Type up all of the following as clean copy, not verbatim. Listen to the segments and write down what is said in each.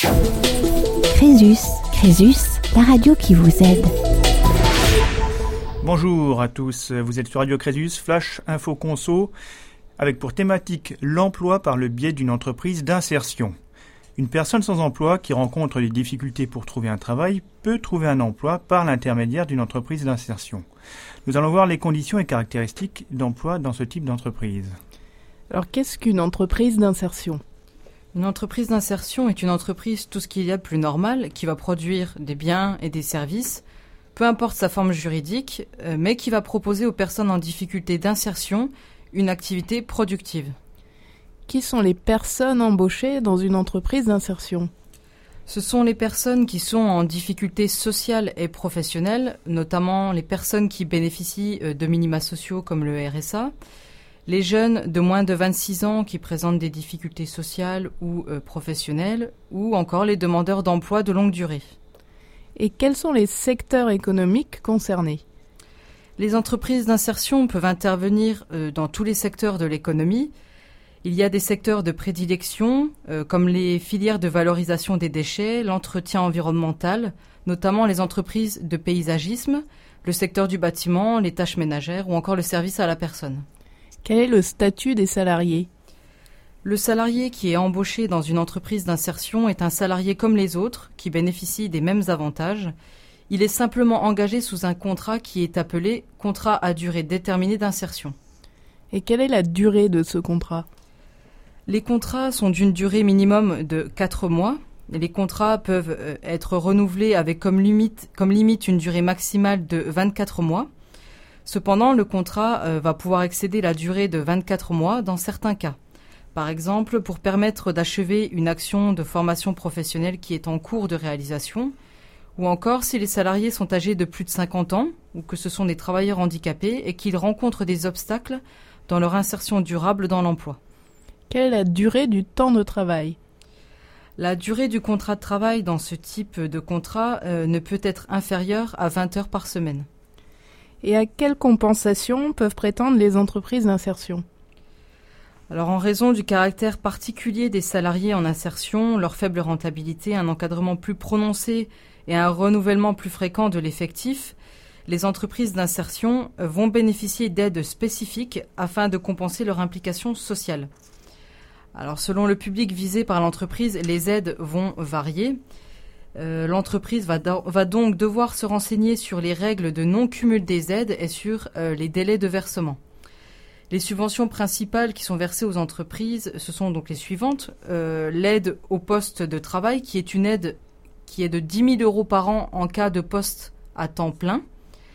Crésus, la radio qui vous aide. Bonjour à tous, vous êtes sur Radio Crésus, Flash Info Conso, avec pour thématique l'emploi par le biais d'une entreprise d'insertion. Une personne sans emploi qui rencontre des difficultés pour trouver un travail peut trouver un emploi par l'intermédiaire d'une entreprise d'insertion. Nous allons voir les conditions et caractéristiques d'emploi dans ce type d'entreprise. Alors qu'est-ce qu'une entreprise d'insertion ? Une entreprise d'insertion est une entreprise tout ce qu'il y a de plus normal qui va produire des biens et des services, peu importe sa forme juridique, mais qui va proposer aux personnes en difficulté d'insertion une activité productive. Qui sont les personnes embauchées dans une entreprise d'insertion ? Ce sont les personnes qui sont en difficulté sociale et professionnelle, notamment les personnes qui bénéficient de minima sociaux comme le RSA, les jeunes de moins de 26 ans qui présentent des difficultés sociales ou professionnelles, ou encore les demandeurs d'emploi de longue durée. Et quels sont les secteurs économiques concernés ? Les entreprises d'insertion peuvent intervenir dans tous les secteurs de l'économie. Il y a des secteurs de prédilection, comme les filières de valorisation des déchets, l'entretien environnemental, notamment les entreprises de paysagisme, le secteur du bâtiment, les tâches ménagères ou encore le service à la personne. Quel est le statut des salariés ? Le salarié qui est embauché dans une entreprise d'insertion est un salarié comme les autres, qui bénéficie des mêmes avantages. Il est simplement engagé sous un contrat qui est appelé « contrat à durée déterminée d'insertion ». Et quelle est la durée de ce contrat ? Les contrats sont d'une durée minimum de 4 mois. Les contrats peuvent être renouvelés avec comme limite une durée maximale de 24 mois. Cependant, le contrat va pouvoir excéder la durée de 24 mois dans certains cas. Par exemple, pour permettre d'achever une action de formation professionnelle qui est en cours de réalisation, ou encore si les salariés sont âgés de plus de 50 ans, ou que ce sont des travailleurs handicapés et qu'ils rencontrent des obstacles dans leur insertion durable dans l'emploi. Quelle est la durée du temps de travail ? La durée du contrat de travail dans ce type de contrat ne peut être inférieure à 20 heures par semaine. Et à quelle compensation peuvent prétendre les entreprises d'insertion ? Alors, en raison du caractère particulier des salariés en insertion, leur faible rentabilité, un encadrement plus prononcé et un renouvellement plus fréquent de l'effectif, les entreprises d'insertion vont bénéficier d'aides spécifiques afin de compenser leur implication sociale. Alors, selon le public visé par l'entreprise, les aides vont varier. L'entreprise va donc devoir se renseigner sur les règles de non-cumul des aides et sur les délais de versement. Les subventions principales qui sont versées aux entreprises, ce sont donc les suivantes. L'aide au poste de travail, qui est une aide qui est de 10 000 € par an en cas de poste à temps plein.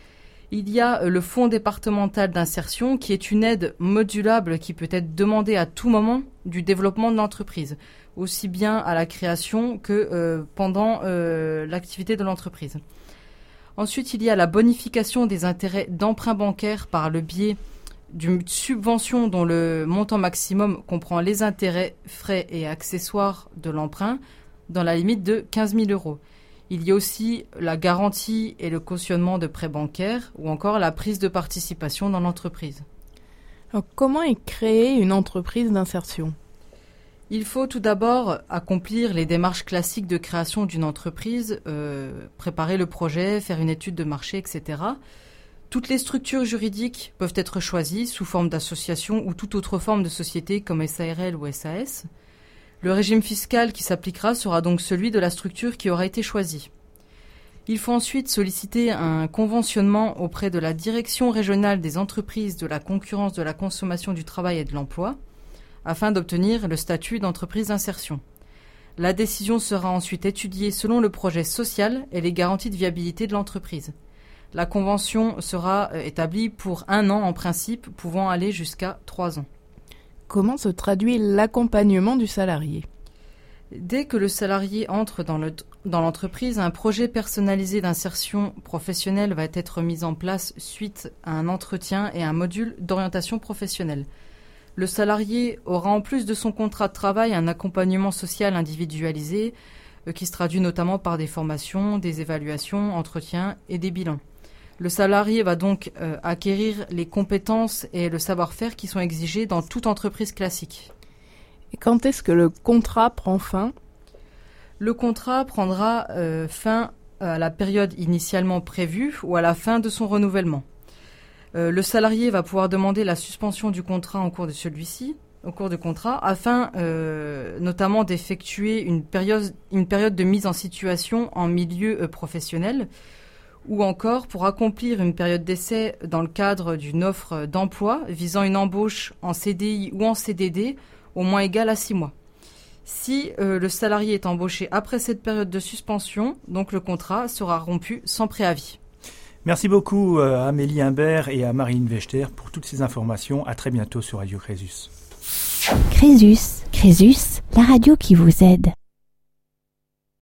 Il y a le fonds départemental d'insertion, qui est une aide modulable qui peut être demandée à tout moment du développement de l'entreprise, aussi bien à la création que pendant l'activité de l'entreprise. Ensuite, il y a la bonification des intérêts d'emprunt bancaire par le biais d'une subvention dont le montant maximum comprend les intérêts, frais et accessoires de l'emprunt dans la limite de 15 000 €. Il y a aussi la garantie et le cautionnement de prêts bancaires ou encore la prise de participation dans l'entreprise. Alors, comment est créée une entreprise d'insertion ? Il faut tout d'abord accomplir les démarches classiques de création d'une entreprise, préparer le projet, faire une étude de marché, etc. Toutes les structures juridiques peuvent être choisies sous forme d'association ou toute autre forme de société comme SARL ou SAS. Le régime fiscal qui s'appliquera sera donc celui de la structure qui aura été choisie. Il faut ensuite solliciter un conventionnement auprès de la Direction régionale des entreprises de la concurrence, de la consommation, du travail et de l'emploi afin d'obtenir le statut d'entreprise d'insertion. La décision sera ensuite étudiée selon le projet social et les garanties de viabilité de l'entreprise. La convention sera établie pour 1 an en principe, pouvant aller jusqu'à 3 ans. Comment se traduit l'accompagnement du salarié ? Dès que le salarié entre dans l'entreprise, un projet personnalisé d'insertion professionnelle va être mis en place suite à un entretien et un module d'orientation professionnelle. Le salarié aura en plus de son contrat de travail un accompagnement social individualisé qui se traduit notamment par des formations, des évaluations, entretiens et des bilans. Le salarié va donc acquérir les compétences et le savoir-faire qui sont exigés dans toute entreprise classique. Et quand est-ce que le contrat prend fin ? le contrat prendra fin à la période initialement prévue ou à la fin de son renouvellement. Le salarié va pouvoir demander la suspension du contrat au cours du contrat, afin notamment d'effectuer une période de mise en situation en milieu professionnel, ou encore pour accomplir une période d'essai dans le cadre d'une offre d'emploi visant une embauche en CDI ou en CDD au moins égale à 6 mois. Si le salarié est embauché après cette période de suspension, donc le contrat sera rompu sans préavis. Merci beaucoup à Amélie Imbert et à Marine Wechter pour toutes ces informations. À très bientôt sur Radio Crésus. Crésus, la radio qui vous aide.